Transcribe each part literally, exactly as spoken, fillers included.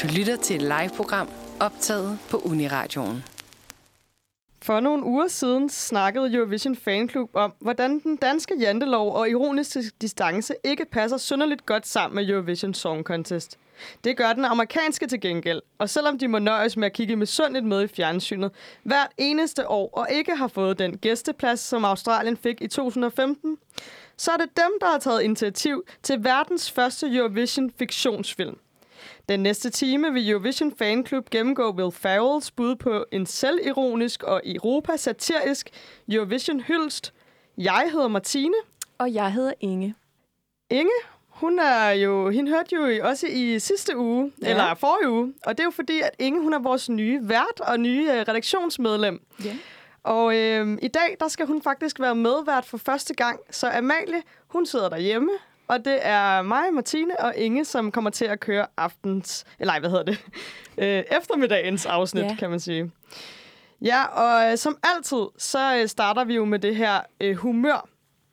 Du lytter til et live-program optaget på Uniradioen. For nogle uger siden snakkede Eurovision Fanklub om, hvordan den danske jantelov og ironiske distance ikke passer synderligt godt sammen med Eurovision Song Contest. Det gør den amerikanske til gengæld, og selvom de må nøjes med at kigge misundeligt med i fjernsynet hvert eneste år og ikke har fået den gæsteplads, som Australien fik i to tusind og femten, så er det dem, der har taget initiativ til verdens første Eurovision fiktionsfilm. Den næste time vil Eurovision Fanklub gennemgå Will Ferrells bud på en selvironisk og Europa-satirisk Eurovision hyldest. Jeg hedder Martine. Og jeg hedder Inge. Inge, hun er jo, hende hørte jo også i sidste uge, ja. eller forrige uge. Og det er jo fordi, at Inge hun er vores nye vært og nye uh, redaktionsmedlem. Ja. Og øh, i dag, der skal hun faktisk være medvært for første gang. Så Amalie, hun sidder derhjemme. Og det er mig, Martine og Inge, som kommer til at køre aftens... Eller hvad hedder det? Øh, eftermiddagens afsnit, yeah. kan man sige. Ja, og øh, som altid, så øh, starter vi jo med det her øh, humør,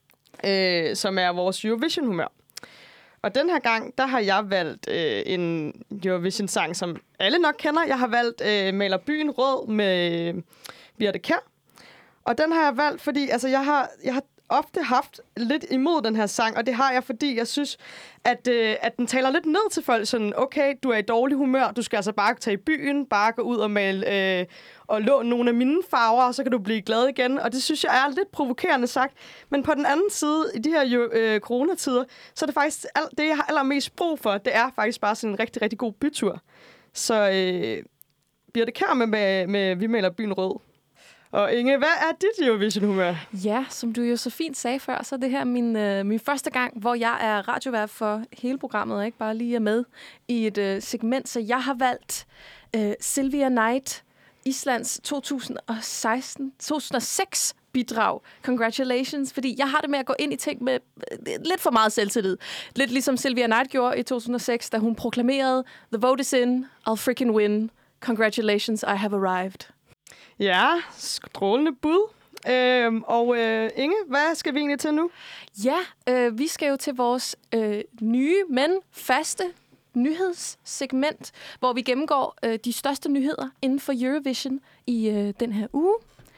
øh, som er vores Eurovision-humør. Og den her gang, der har jeg valgt øh, en Eurovision-sang, som alle nok kender. Jeg har valgt øh, Maler byen rød med øh, Birthe Kjær. Og den har jeg valgt, fordi altså, jeg har... Jeg har ofte haft lidt imod den her sang, og det har jeg, fordi jeg synes, at, øh, at den taler lidt ned til folk. Sådan, okay, du er i dårlig humør, du skal altså bare tage i byen, bare gå ud og male øh, og låne nogle af mine farver, og så kan du blive glad igen. Og det synes jeg er lidt provokerende sagt. Men på den anden side, i de her øh, coronatider, så er det faktisk alt, det, jeg har allermest brug for, det er faktisk bare sådan en rigtig, rigtig god bytur. Så øh, Birthe Kjær med, med, med Vi maler byen rød. Og Inge, hvad er dit Eurovision-humør? Ja, som du jo så fint sagde før, så er det her min, øh, min første gang, hvor jeg er radiovært for hele programmet, og ikke bare lige er med i et øh, segment. Så jeg har valgt øh, Silvia Night, Islands to tusind og seksten, to tusind og seks bidrag. Congratulations, fordi jeg har det med at gå ind i ting med øh, lidt for meget selvtillid. Lidt ligesom Silvia Night gjorde i to tusind og seks, da hun proklamerede, "The vote is in, I'll freaking win. Congratulations, I have arrived." Ja, strålende bud. Øhm, og øh, Inge, hvad skal vi egentlig til nu? Ja, øh, vi skal jo til vores øh, nye, men faste nyhedssegment, hvor vi gennemgår øh, de største nyheder inden for Eurovision i øh, den her uge.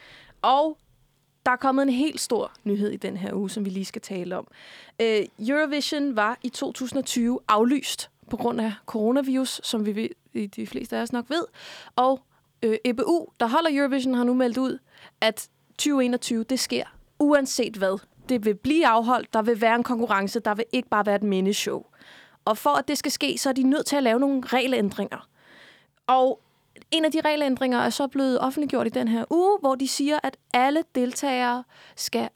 Og der er kommet en helt stor nyhed i den her uge, som vi lige skal tale om. Øh, Eurovision var i to tusind og tyve aflyst på grund af coronavirus, som vi de fleste af os nok ved. Og E B U, der holder Eurovision, har nu meldt ud, at tyve enogtyve, det sker uanset hvad. Det vil blive afholdt, der vil være en konkurrence, der vil ikke bare være et mindeshow. Og for at det skal ske, så er de nødt til at lave nogle regelændringer. Og en af de regelændringer er så blevet offentliggjort i den her uge, hvor de siger, at alle deltagere skal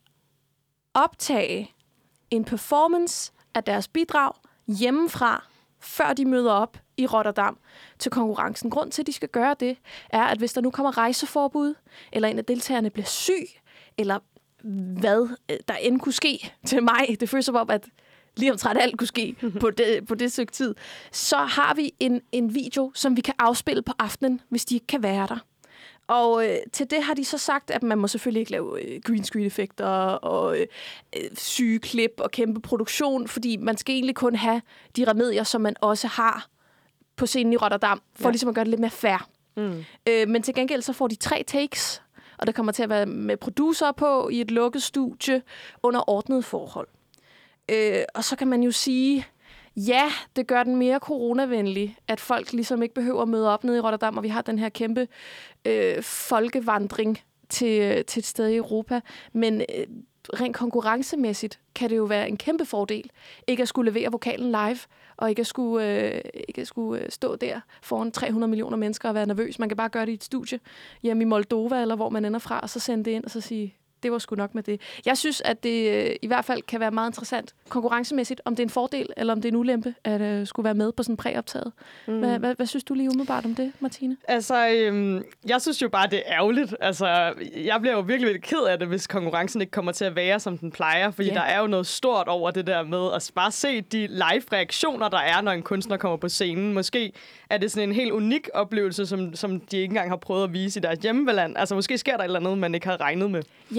optage en performance af deres bidrag hjemmefra, før de møder op i Rotterdam til konkurrencen. Grund til, at de skal gøre det, er, at hvis der nu kommer rejseforbud, eller en af deltagerne bliver syg, eller hvad der end kunne ske til mig, det føles som om, at lige omtræt alt kunne ske på det, på det stykke tid, så har vi en, en video, som vi kan afspille på aftenen, hvis de ikke kan være der. Og øh, til det har de så sagt, at man må selvfølgelig ikke lave øh, green screen-effekter og øh, syge klip og kæmpe produktion, fordi man skal egentlig kun have de remedier, som man også har på scenen i Rotterdam, for ja. ligesom at gøre det lidt mere fair. Mm. Øh, men til gengæld så får de tre takes, og der kommer til at være med producer på i et lukket studie under ordnede forhold. Øh, og så kan man jo sige, ja, det gør den mere coronavenlig, at folk ligesom ikke behøver at møde op nede i Rotterdam, og vi har den her kæmpe øh, folkevandring til, til et sted i Europa. Men øh, rent konkurrencemæssigt kan det jo være en kæmpe fordel, ikke at skulle levere vokalen live, og ikke at skulle, øh, ikke at skulle stå der foran tre hundrede millioner mennesker og være nervøs. Man kan bare gøre det i et studie hjemme i Moldova, eller hvor man ender fra, og så sende det ind, og så sige, det var sgu nok med det. Jeg synes, at det øh, i hvert fald kan være meget interessant konkurrencemæssigt, om det er en fordel, eller om det er en ulempe, at øh, skulle være med på sådan en præoptaget. Mm. Hvad, hvad, hvad synes du lige umiddelbart om det, Martine? Altså, øhm, jeg synes jo bare, det er ærgerligt. Altså, jeg bliver jo virkelig, virkelig ked af det, hvis konkurrencen ikke kommer til at være, som den plejer, fordi yeah. der er jo noget stort over det der med at bare se de live-reaktioner, der er, når en kunstner kommer på scenen. Måske er det sådan en helt unik oplevelse, som, som de ikke engang har prøvet at vise i deres hjemmeland. Altså, måske sker der et eller andet, man ikke havde regnet med. Ja,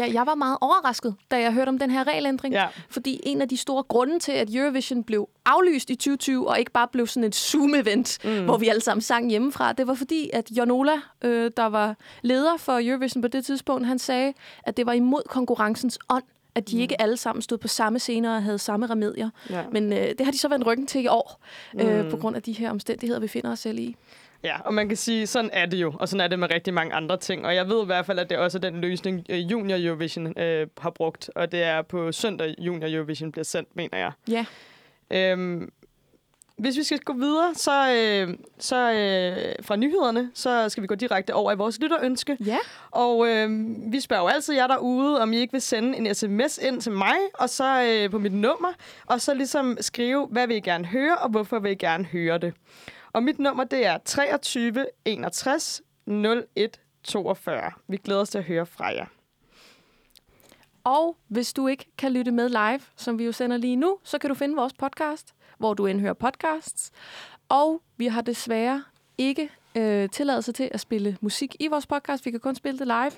Ja, jeg var meget overrasket, da jeg hørte om den her regelændring. Ja. Fordi en af de store grunde til, at Eurovision blev aflyst i tyve tyve, og ikke bare blev sådan et Zoom-event, mm. hvor vi alle sammen sang hjemmefra, det var fordi, at Jon Ola, øh, der var leder for Eurovision på det tidspunkt, han sagde, at det var imod konkurrencens ånd, at de mm. ikke alle sammen stod på samme scener og havde samme remedier. Ja. Men øh, det har de så vendt ryggen til i år, øh, mm. på grund af de her omstændigheder, vi finder os selv i. Ja, og man kan sige, sådan er det jo, og sådan er det med rigtig mange andre ting. Og jeg ved i hvert fald, at det er også den løsning, Junior Eurovision øh, har brugt, og det er på søndag, Junior Eurovision bliver sendt, mener jeg. Ja. Øhm, hvis vi skal gå videre, så, øh, så øh, fra nyhederne, så skal vi gå direkte over i vores lytterønske. Ja. Og øh, vi spørger jo altid jer derude, om I ikke vil sende en sms ind til mig, og så øh, på mit nummer, og så ligesom skrive, hvad vil I gerne høre, og hvorfor vil I gerne høre det. Og mit nummer, det er treogtyve enogtres nul et toogfyrre. Vi glæder os til at høre fra jer. Og hvis du ikke kan lytte med live, som vi jo sender lige nu, så kan du finde vores podcast, hvor du indhører podcasts. Og vi har desværre ikke øh, tilladelse til at spille musik i vores podcast. Vi kan kun spille det live.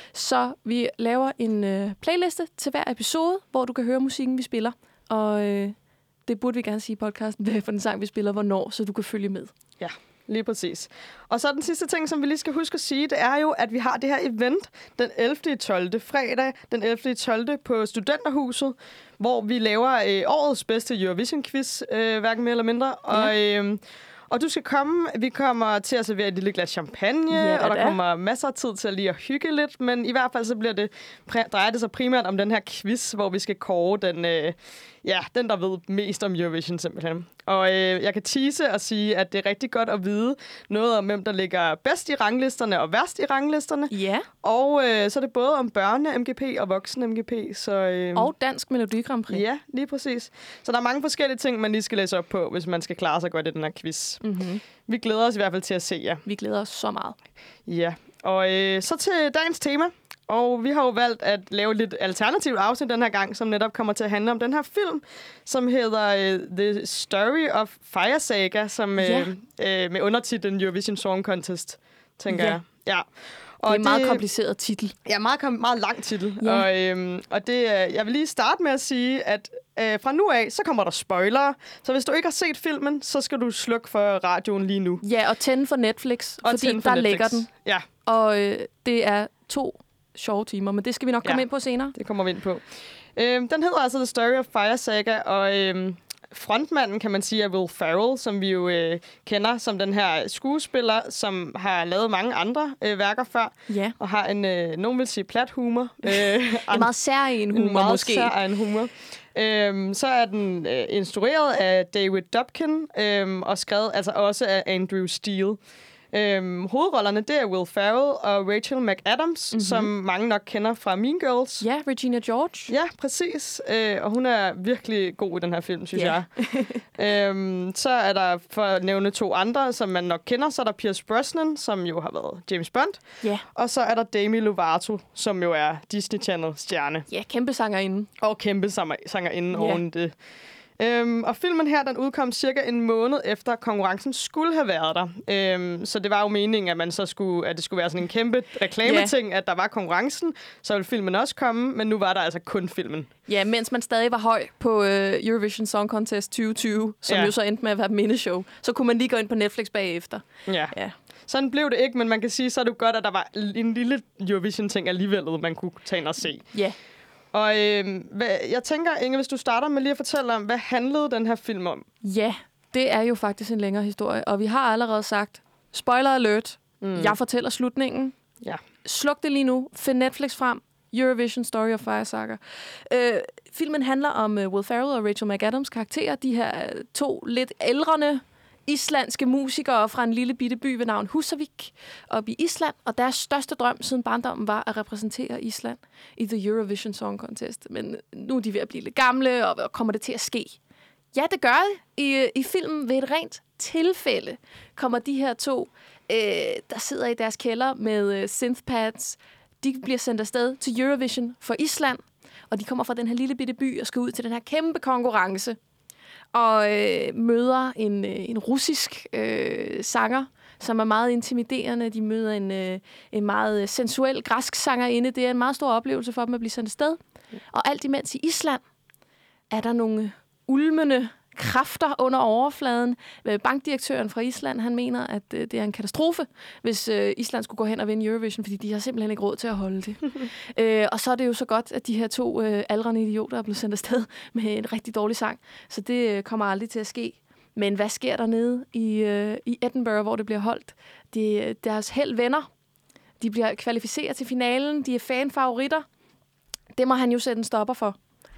Så vi laver en øh, playliste til hver episode, hvor du kan høre musikken, vi spiller. Og øh, det burde vi gerne sige i podcasten, hvad for den sang, vi spiller, hvornår, så du kan følge med. Ja, lige præcis. Og så den sidste ting, som vi lige skal huske at sige, det er jo, at vi har det her event den ellevte tolvte fredag, den ellevte tolvte på Studenterhuset, hvor vi laver øh, årets bedste Eurovision-quiz, øh, hverken mere eller mindre. Ja. Og, øh, og du skal komme. Vi kommer til at servere et lille glas champagne, ja, og der kommer masser af tid til at lige at hygge lidt. Men i hvert fald så bliver det, drejer det sig primært om den her quiz, hvor vi skal kåre den... Øh, Ja, den, der ved mest om Eurovision, simpelthen. Og øh, jeg kan tease og sige, at det er rigtig godt at vide noget om, hvem der ligger bedst i ranglisterne og værst i ranglisterne. Ja. Og øh, så er det både om børne-M G P og voksen-M G P. Så, øh, og Dansk Melodi Grand Prix. Ja, lige præcis. Så der er mange forskellige ting, man lige skal læse op på, hvis man skal klare sig godt i den her quiz. Mm-hmm. Vi glæder os i hvert fald til at se jer. Vi glæder os så meget. Ja, og øh, så til dagens tema. Og vi har jo valgt at lave et lidt alternativt afsnit den her gang, som netop kommer til at handle om den her film, som hedder uh, The Story of Fire Saga, som ja. uh, uh, med undertitlen Eurovision Song Contest, tænker ja. jeg. Ja. Og det er en meget kompliceret titel. Ja, meget, meget lang titel. Ja. Og, øhm, og det, jeg vil lige starte med at sige, at øh, fra nu af, så kommer der spoilere. Så hvis du ikke har set filmen, så skal du slukke for radioen lige nu. Ja, og tænde for Netflix, og fordi for der Netflix. ligger den. Ja. Og øh, det er to sjove timer, men det skal vi nok komme ja, ind på senere. Det kommer vi ind på. Øhm, den hedder altså The Story of Fire Saga, og øhm, frontmanden, kan man sige, er Will Ferrell, som vi jo øh, kender som den her skuespiller, som har lavet mange andre øh, værker før, ja. og har en, øh, nogen vil sige, plat humor. Øh, en meget særlig humor, en meget måske. særlig humor. Øhm, så er den øh, instrueret af David Dobkin, øh, og skrevet altså også af Andrew Steele. Øhm, hovedrollerne, det er Will Ferrell og Rachel McAdams, mm-hmm. som mange nok kender fra Mean Girls. Ja, Regina George. Ja, præcis. Øh, og hun er virkelig god i den her film, synes yeah. jeg. øhm, så er der, for at nævne to andre, som man nok kender, så er der Pierce Brosnan, som jo har været James Bond. Yeah. Og så er der Demi Lovato, som jo er Disney Channel-stjerne. Ja, kæmpe sangerinde. Og kæmpe sangerinde yeah. oven det. Øhm, og filmen her, den udkom cirka en måned efter konkurrencen skulle have været der. Øhm, så det var jo meningen, at man så skulle, at det skulle være sådan en kæmpe reklameting, yeah. at der var konkurrencen. Så ville filmen også komme, men nu var der altså kun filmen. Ja, mens man stadig var høj på øh, Eurovision Song Contest tyve tyve, som ja. jo så endte med at være et mindeshow, så kunne man lige gå ind på Netflix bagefter. Ja. ja. Sådan blev det ikke, men man kan sige, så er det jo godt, at der var en lille Eurovision-ting alligevel, man kunne tage ind og se. Ja. Og øh, hvad, jeg tænker, Inge, hvis du starter med lige at fortælle om, hvad handlede den her film om? Ja, det er jo faktisk en længere historie, og vi har allerede sagt, spoiler alert, mm. jeg fortæller slutningen. Ja. Sluk det lige nu, find Netflix frem, Eurovision Story of Fire Saga. Øh, filmen handler om uh, Will Ferrell og Rachel McAdams karakterer, de her uh, to lidt ældrene islandske musikere fra en lille bitte by ved navn Húsavík op i Island, og deres største drøm siden barndommen var at repræsentere Island i The Eurovision Song Contest. Men nu er de ved at blive lidt gamle, og kommer det til at ske? Ja, det gør det. I, i filmen ved et rent tilfælde kommer de her to, øh, der sidder i deres kælder med øh, synthpads, de bliver sendt afsted til Eurovision for Island, og de kommer fra den her lille bitte by og skal ud til den her kæmpe konkurrence. og øh, møder en, øh, en russisk øh, sanger, som er meget intimiderende. De møder en, øh, en meget sensuel græsk sangerinde. Det er en meget stor oplevelse for dem at blive sendt afsted. Og alt imens i Island er der nogle ulmende kræfter under overfladen. Bankdirektøren fra Island, han mener, at øh, det er en katastrofe, hvis øh, Island skulle gå hen og vinde Eurovision, fordi de har simpelthen ikke råd til at holde det. øh, og så er det jo så godt, at de her to øh, aldrende idioter er blevet sendt afsted med en rigtig dårlig sang. Så det øh, kommer aldrig til at ske. Men hvad sker der nede i, øh, i Edinburgh, hvor det bliver holdt? De, deres held venner. De bliver kvalificeret til finalen. De er fanfavoritter. Det må han jo sætte en stopper for.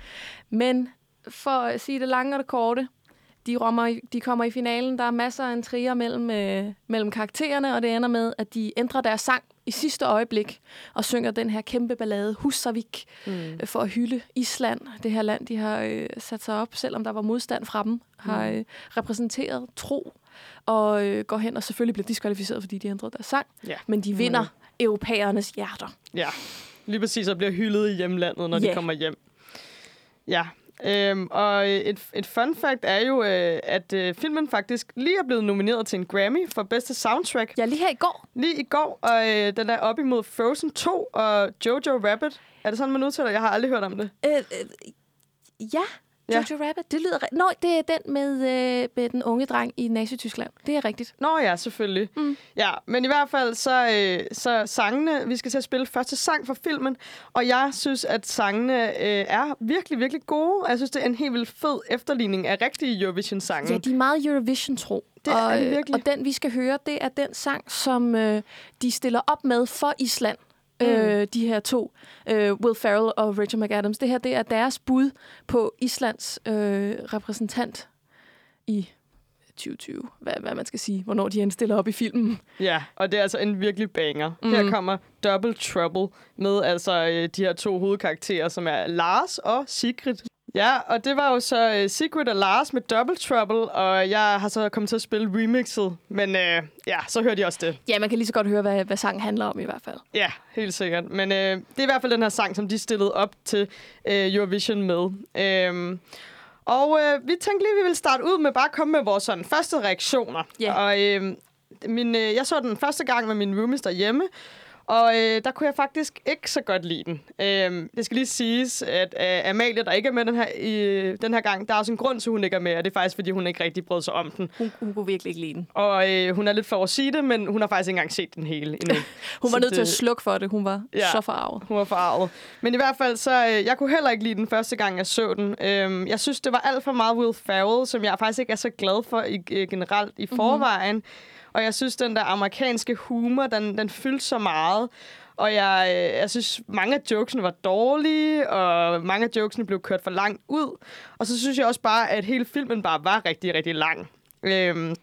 Men for at sige det lange og det korte, de, rommer, de kommer i finalen. Der er masser af intriger mellem, øh, mellem karaktererne, og det ender med, at de ændrer deres sang i sidste øjeblik og synger den her kæmpe ballade Húsavík mm. øh, for at hylde Island. Det her land, de har øh, sat sig op, selvom der var modstand fra dem, har øh, repræsenteret tro og øh, går hen og selvfølgelig bliver diskvalificeret, fordi de ændrede deres sang. Ja. Men de vinder mm. europæernes hjerter. Ja, lige præcis, og bliver hyldet i hjemlandet, når yeah. de kommer hjem. Ja, Øhm, og et, et fun fact er jo, øh, at øh, filmen faktisk lige er blevet nomineret til en Grammy for bedste soundtrack. Ja, lige her i går. Lige i går, og øh, den er op imod Frozen to og Jojo Rabbit. Er det sådan, man udtaler? Jeg har aldrig hørt om det. Øh, øh, ja, Jojo ja. Rabbit. Det lyder... Nå, det er den med, øh, med den unge dreng i Nazi-Tyskland. Det er rigtigt. Nå ja, selvfølgelig. Mm. Ja, men i hvert fald så, øh, så sangene... Vi skal til at spille første sang for filmen, og jeg synes, at sangene øh, er virkelig, virkelig gode. Jeg synes, det er en helt vildt fed efterligning af rigtige Eurovision-sange. Ja, de er meget Eurovision-tro. Det og, er det virkelig. Og den, vi skal høre, det er den sang, som øh, de stiller op med for Island. Mm. Øh, de her to, øh, Will Ferrell og Rachel McAdams. Det her, det er deres bud på Islands øh, repræsentant i tyve tyve. Hvad, hvad man skal sige, hvornår de indstiller op i filmen. Ja, og det er altså en virkelig banger. Mm. Her kommer Double Trouble med altså øh, de her to hovedkarakterer, som er Lars og Sigrid. Ja, og det var jo så uh, Sigrid og Lars med Double Trouble, og jeg har så kommet til at spille remixet, men uh, ja, så hørte jeg også det. Ja, man kan lige så godt høre, hvad, hvad sangen handler om i hvert fald. Ja, helt sikkert. Men uh, det er i hvert fald den her sang, som de stillede op til uh, Eurovision med. Uh, og uh, vi tænkte lige, at vi ville starte ud med bare at komme med vores sådan, første reaktioner. Yeah. Og uh, min, uh, jeg så den første gang med mine roomies derhjemme, og øh, der kunne jeg faktisk ikke så godt lide den. Øh, det skal lige siges, at øh, Amalie, der ikke er med den her, i, den her gang, der er også en grund til, at hun ikke er med, og det er faktisk, fordi hun ikke rigtig brød sig om den. Hun, hun kunne virkelig ikke lide den. Og øh, hun er lidt for at sige det, men hun har faktisk ikke engang set den hele endnu. Hun var nødt til at slukke for det. Hun var ja, så forarvet. Hun var forarvet. Men i hvert fald, så øh, jeg kunne heller ikke lide den første gang, jeg så den. Øh, jeg synes, det var alt for meget Will Ferrell, som jeg faktisk ikke er så glad for i, øh, generelt i forvejen. Mm-hmm. Og jeg synes, den der amerikanske humor, den, den fyldte så meget. Og jeg, jeg synes, mange af jokesene var dårlige, og mange af jokesene blev kørt for langt ud. Og så synes jeg også bare, at hele filmen bare var rigtig, rigtig lang. Øhm,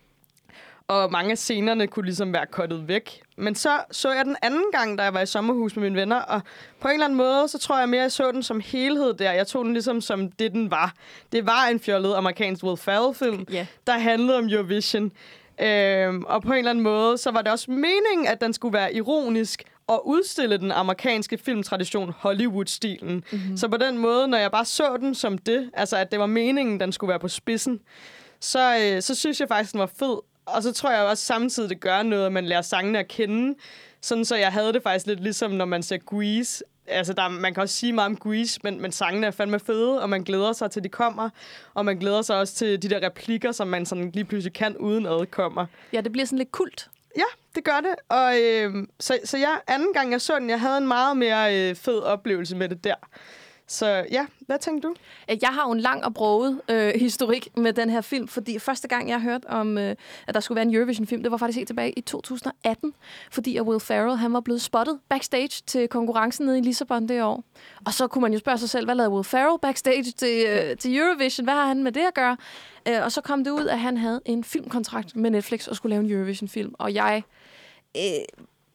og mange af scenerne kunne ligesom være cuttet væk. Men så så jeg den anden gang, da jeg var i sommerhus med mine venner, og på en eller anden måde, så tror jeg mere, jeg så den som helhed der. Jeg tog den ligesom som det, den var. Det var en fjollet amerikansk Will Ferrell-film, yeah. der handlede om Eurovision. Øhm, og på en eller anden måde, så var det også meningen, at den skulle være ironisk og udstille den amerikanske filmtradition Hollywood-stilen. Mm-hmm. Så på den måde, når jeg bare så den som det, altså at det var meningen, den skulle være på spidsen, så, øh, så synes jeg faktisk, den var fed. Og så tror jeg også samtidig, det gør noget, at man lærer sangene at kende. Sådan så jeg havde det faktisk lidt ligesom, når man ser Grease. Altså, der, man kan også sige meget om Grease, men, men sangene er fandme fede, og man glæder sig til, de kommer. Og man glæder sig også til de der replikker, som man sådan lige pludselig kan, uden at kommer. Ja, det bliver sådan lidt kult. Ja, det gør det. Og øh, så, så jeg, anden gang jeg så den, jeg havde en meget mere øh, fed oplevelse med det der. Så ja, hvad tænkte du? Jeg har jo en lang og broget øh, historik med den her film, fordi første gang, jeg hørte om, øh, at der skulle være en Eurovision-film, det var faktisk helt tilbage i to tusind atten, fordi at Will Ferrell, han var blevet spottet backstage til konkurrencen nede i Lissabon det år. Og så kunne man jo spørge sig selv, hvad lavede Will Ferrell backstage til, øh, til Eurovision? Hvad har han med det at gøre? Øh, og så kom det ud, at han havde en filmkontrakt med Netflix og skulle lave en Eurovision-film. Og jeg... Øh,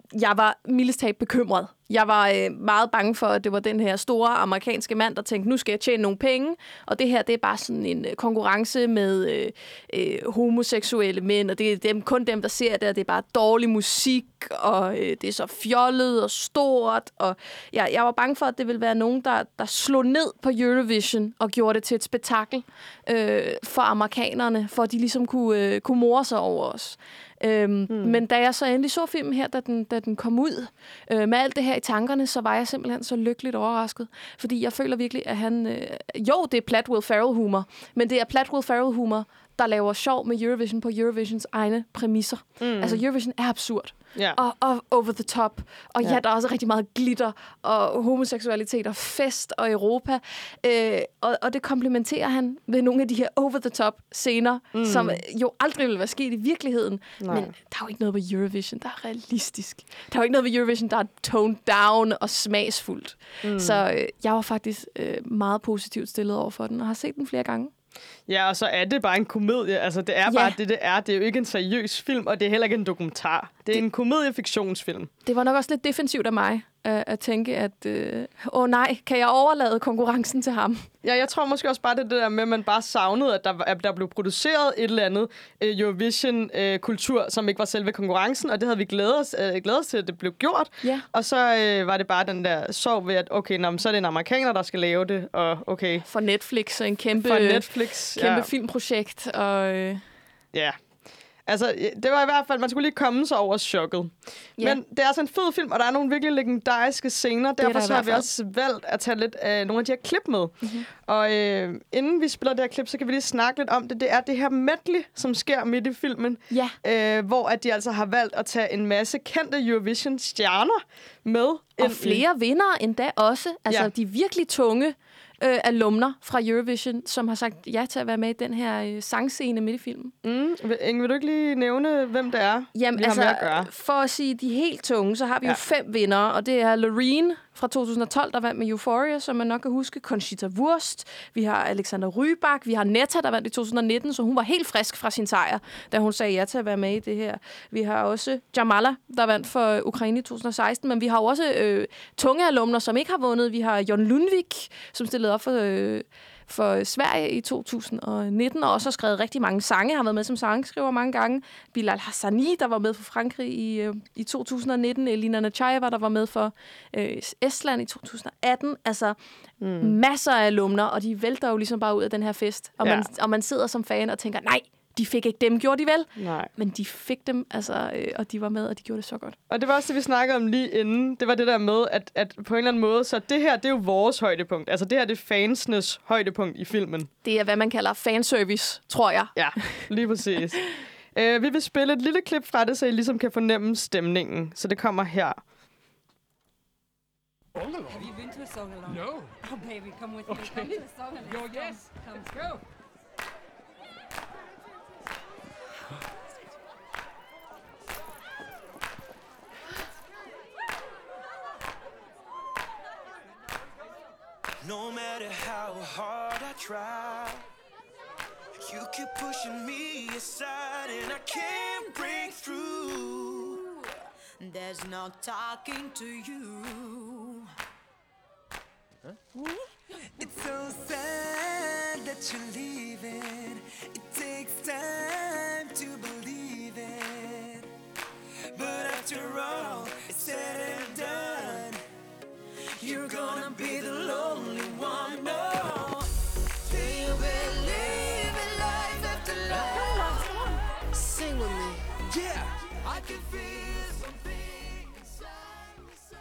jeg var mildest talt bekymret. Jeg var øh, meget bange for, at det var den her store amerikanske mand, der tænkte, nu skal jeg tjene nogle penge, og det her, det er bare sådan en øh, konkurrence med øh, øh, homoseksuelle mænd, og det er dem, kun dem, der ser det, og det er bare dårlig musik, og øh, det er så fjollet og stort, og ja, jeg var bange for, at det ville være nogen, der, der slog ned på Eurovision og gjorde det til et spektakel øh, for amerikanerne, for at de ligesom kunne, øh, kunne more sig over os. Øhm, hmm. Men da jeg så endelig så filmen her, da den, da den kom ud, øh, med alt det her i tankerne, så var jeg simpelthen så lykkeligt overrasket. Fordi jeg føler virkelig, at han... Øh, jo, det er plat Will Ferrell-humor, men det er plat Will Ferrell-humor, der laver sjov med Eurovision på Eurovisions egne præmisser. Mm. Altså, Eurovision er absurd. Yeah. Og, og over the top. Og yeah. ja, der er også rigtig meget glitter og homoseksualitet og fest og Europa. Øh, og, og det komplementerer han ved nogle af de her over the top scener, mm. som jo aldrig ville være sket i virkeligheden. Nej. Men der er jo ikke noget ved Eurovision, der er realistisk. Der er jo ikke noget ved Eurovision, der er toned down og smagsfuldt. Mm. Så øh, jeg var faktisk øh, meget positivt stillet over for den, og har set den flere gange. Ja, og så er det bare en komedie. Altså, det er ja. bare det, det er. Det er jo ikke en seriøs film, og det er heller ikke en dokumentar. Det er det, en komediefiktionsfilm. Det var nok også lidt defensivt af mig øh, at tænke, at øh, åh nej, kan jeg overlade konkurrencen til ham? Ja, jeg tror måske også bare, det, det der med, at man bare savnede, at der, at der blev produceret et eller andet øh, Eurovision-kultur, øh, som ikke var selve konkurrencen, og det havde vi glædet os, øh, glædet os til, at det blev gjort. Ja. Og så øh, var det bare den der sorg ved, at okay, nå, så er det en amerikaner, der skal lave det, og okay. For Netflix, og en kæmpe, For Netflix, kæmpe ja. filmprojekt. Og, øh... Ja. Altså, det var i hvert fald, man skulle lige komme sig over chokket. Yeah. Men det er altså en fed film, og der er nogle virkelig legendariske scener. Derfor så har vi også valgt at tage lidt af øh, nogle af de her klip med. Mm-hmm. Og øh, inden vi spiller det her klip, så kan vi lige snakke lidt om det. Det er det her medley, som sker midt i filmen. Yeah. Øh, hvor at de altså har valgt at tage en masse kendte Eurovision-stjerner med. Og flere i... vindere endda også. Altså, ja. de virkelig tunge Øh, alumner fra Eurovision, som har sagt ja til at være med i den her øh, sangscene midt i filmen. Mm. Inge, vil du ikke lige nævne, hvem det er, Jamen, vi altså, har med at gøre? For at sige de helt tunge, så har vi ja. jo fem vindere, og det er Loreen fra to tusind og tolv, der vandt med Euphoria, som man nok kan huske. Conchita Wurst. Vi har Alexander Rybak. Vi har Netta, der vandt i to tusind og nitten, så hun var helt frisk fra sin sejr, da hun sagde ja til at være med i det her. Vi har også Jamala, der vandt for Ukraine i to tusind og seksten, men vi har også øh, tunge alumner, som ikke har vundet. Vi har Jon Lundvik, som stillede op for, øh, for Sverige i to tusind og nitten, og også har skrevet rigtig mange sange. Har været med som sangskriver mange gange. Bilal Hassani, der var med for Frankrig i, øh, i to tusind og nitten. Elina Nachayeva, der var med for øh, Estland i to tusind og atten. Altså, mm. masser af alumner, og de vælter jo ligesom bare ud af den her fest. Og, ja. man, og man sidder som fan og tænker, nej, de fik ikke dem, gjorde de vel? Nej. Men de fik dem, altså, øh, og de var med, og de gjorde det så godt. Og det var også det, vi snakkede om lige inden. Det var det der med, at, at på en eller anden måde, så det her, det er jo vores højdepunkt. Altså det her, det er fansenes højdepunkt i filmen. Det er, hvad man kalder fanservice, tror jeg. Ja, lige præcis. uh, vi vil spille et lille klip fra det, så I ligesom kan fornemme stemningen. Så det kommer her. Have you been to a song along? No. Oh, baby, come with me. Come to a song along. Yo, yes. Come, come. Go. No matter how hard I try, you keep pushing me aside and I can't break through. There's no talking to you. Huh? It's so sad that you're leaving. It takes time to believe it. But after all, it's said and done, you're gonna be the lonely one. No. Do you believe in life after life? Sing with me. Yeah. I can feel something inside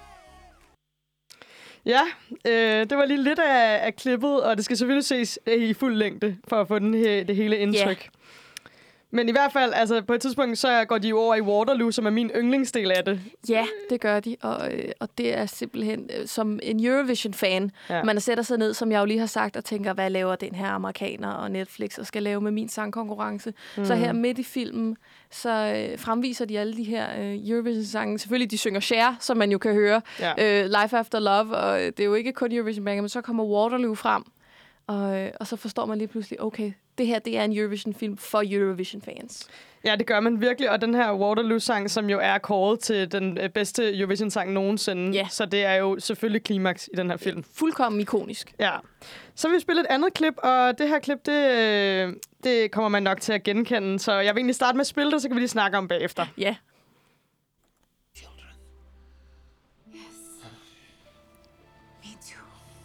me. Ja, øh, det var lige lidt af, af klippet, og det skal selvfølgelig ses i fuld længde, for at få den he- det hele indtryk. Yeah. Men i hvert fald, altså på et tidspunkt, så går de jo over i Waterloo, som er min yndlingsdel af det. Ja, det gør de, og, øh, og det er simpelthen øh, som en Eurovision-fan. Ja. Man sætter sig ned, som jeg jo lige har sagt, og tænker, hvad laver den her amerikaner og Netflix, og skal lave med min sangkonkurrence. Mm. Så her midt i filmen, så øh, fremviser de alle de her øh, Eurovision-sange. Selvfølgelig, de synger Cher, som man jo kan høre. Ja. Øh, Life After Love, og det er jo ikke kun Eurovision-banger, men så kommer Waterloo frem. Og, og så forstår man lige pludselig, okay, det her det er en Eurovision-film for Eurovision-fans. Ja, det gør man virkelig, og den her Waterloo-sang, som jo er kåret til den bedste Eurovision-sang nogensinde, Ja. så det er jo selvfølgelig klimaks i den her film. Fuldkommen ikonisk. Ja. Så vil vi spille et andet klip, og det her klip, det, øh, det kommer man nok til at genkende, så jeg vil egentlig starte med at spille det, så kan vi lige snakke om bagefter. Ja. Children. Yes. Me too.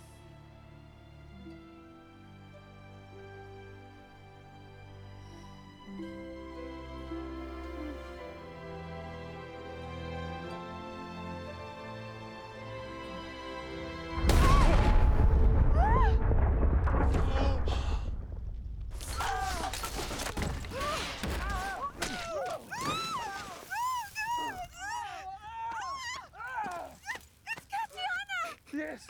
Yes.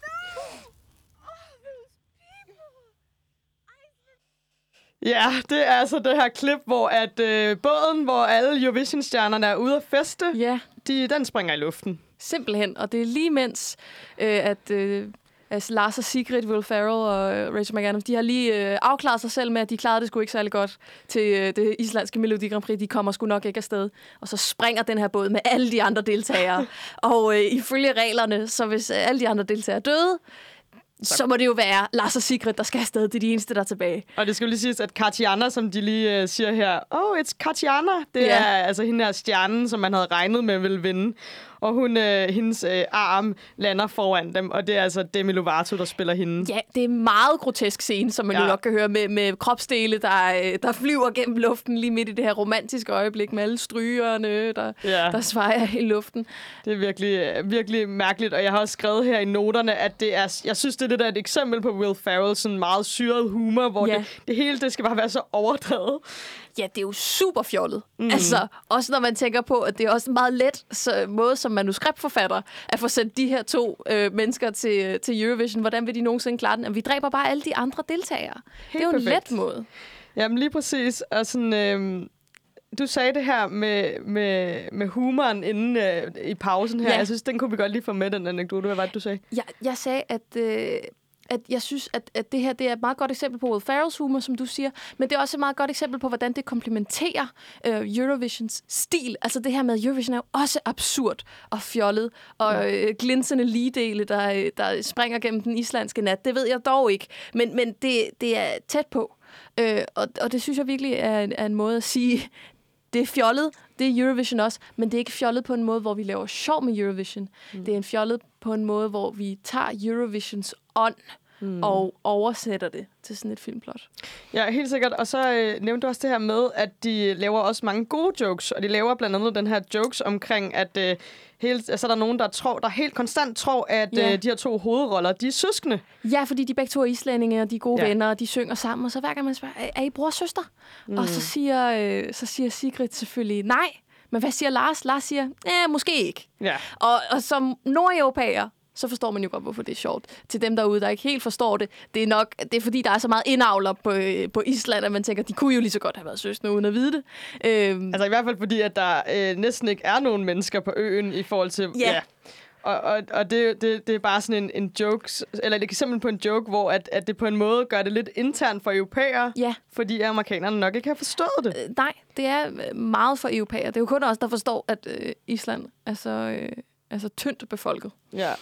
Ja, det er altså det her klip, hvor at øh, båden, hvor alle Eurovision-stjernerne er ude at feste, Ja, de, den springer i luften. simpelthen. Og det er lige mens, øh, at øh, altså Lars og Sigrid, Will Ferrell og øh, Rachel McAdams, de har lige øh, afklaret sig selv med, at de klarede det sgu ikke særlig godt til øh, det islandske Melodi Grand Prix. De kommer sgu nok ikke afsted. Og så springer den her båd med alle de andre deltagere. og øh, ifølge reglerne, så hvis øh, alle de andre deltagere er døde, så, så må det jo være Lars og Sigrid, der skal afsted. Det er de eneste, der er tilbage. Og det skal jo lige siges, at Katjana, som de lige uh, siger her, oh, it's Katjana. Det Ja. er altså hende her stjernen, som man havde regnet med ville vinde. Og hun, øh, hendes øh, arm lander foran dem, og det er altså Demi Lovato, der spiller hende. Ja, det er en meget grotesk scene, som man ja. jo nok kan høre, med, med kropsdele, der, øh, der flyver gennem luften lige midt i det her romantiske øjeblik, med alle strygerne, der, Ja. der svejer i luften. Det er virkelig, øh, virkelig mærkeligt, og jeg har også skrevet her i noterne, at det er, jeg synes, det er lidt af et eksempel på Will Ferrell, sådan meget syret humor, hvor Ja. det, det hele det skal bare være så overdrevet. Ja, det er jo super fjollet. Mm. Altså, også når man tænker på, at det er også en meget let så, måde som manuskriptforfatter at få sendt de her to øh, mennesker til, til Eurovision. Hvordan vil de nogensinde klare den? At vi dræber bare alle de andre deltagere. Helt det er jo perfekt. en let måde. Jamen lige præcis, og sådan... Øh, du sagde det her med, med, med humoren inden øh, i pausen her. Ja. Jeg synes, den kunne vi godt lige få med, den anekdote. Hvad var det, du sagde? Jeg, jeg sagde, at... Øh at jeg synes, at, at det her det er et meget godt eksempel på Will Ferrells humor, som du siger, men det er også et meget godt eksempel på, hvordan det komplementerer øh, Eurovisions stil. Altså det her med, at Eurovision er jo også absurd og fjollet, og øh, glinsende ligedele, der, der springer gennem den islandske nat. Det ved jeg dog ikke, men, men det, det er tæt på. Øh, og, og det synes jeg virkelig er en, er en måde at sige, det er fjollet, det er Eurovision også, men det er ikke fjollet på en måde, hvor vi laver sjov med Eurovision. Mm. Det er en fjollet på en måde, hvor vi tager Eurovisions ånd mm. og oversætter det til sådan et filmplot. Ja, helt sikkert. Og så øh, nævnte du også det her med, at de laver også mange gode jokes, og de laver blandt andet den her jokes omkring, at øh, helt, altså, der er nogen, der, tror, der helt konstant tror, at Ja. øh, de her to hovedroller, de er søskende. Ja, fordi de begge to er islændinge, og de er gode Ja. ja. venner, og de synger sammen, og så hver gang man spørger, er, er I bror og søster? Mm. Og så siger, øh, så siger Sigrid selvfølgelig nej. Men hvad siger Lars? Lars siger, eh, måske ikke. Ja. Og, og som nordeuropæer, så forstår man jo godt, hvorfor det er sjovt. Til dem derude, der ikke helt forstår det, det er nok, det er fordi, der er så meget indavler på, på Island, at man tænker, de kunne jo lige så godt have været søskende uden at vide det. Øhm, Altså i hvert fald fordi, at der øh, næsten ikke er nogen mennesker på øen i forhold til... Ja. ja. Og, og, og det, det, det er bare sådan en, en joke, eller et eksempel på en joke, hvor at, at det på en måde gør det lidt internt for europæere, ja, fordi amerikanerne nok ikke har forstået det. øh, nej, det er meget for europæer. Det er jo kun os, der forstår, at øh, Island er så, øh, er så tyndt befolket. Ja.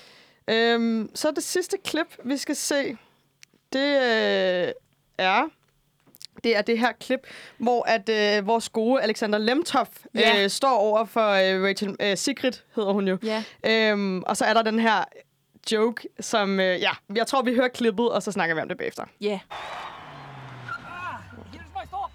Øhm, så det sidste klip, vi skal se, det øh, er... Det er det her klip, hvor at øh, vores gode Alexander Lemtoff Ja. øh, står over for øh, Rachel øh, Sigrid, hedder hun jo. Ja. Øhm, og så er der den her joke, som... Øh, ja, jeg tror, vi hører klippet, og så snakker vi om det bagefter. Ja. Yeah. Here's my stop.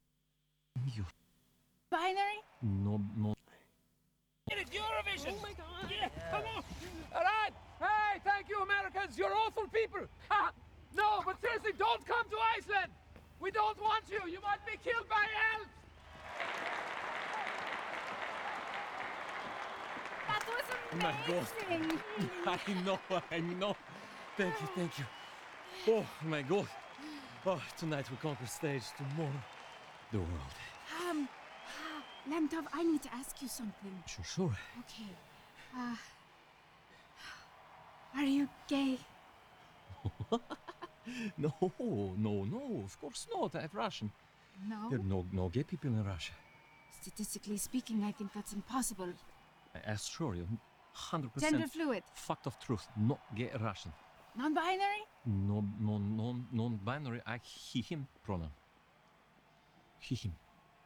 Binary? No, no. It's Eurovision. Oh my God! Yeah, come on. All right. Hey, thank you, Americans. You're awful people. No, but seriously, don't come to Iceland. We don't want you. You might be killed by elves. That was my God. amazing! I know, I know. Thank you, thank you. Oh my God. Oh, tonight we conquer stage. Tomorrow, the world. Um, Lemtov, I need to ask you something. Sure, sure. Okay. Uh, are you gay? No, no, no, of course not. I'm Russian. No? There are no, no gay people in Russia. Statistically speaking, I think that's impossible. I assure you, one hundred percent Gender fluid. fact of truth, not gay Russian. Non-binary? No, no, no, non-binary, I, he, him pronoun. He, him.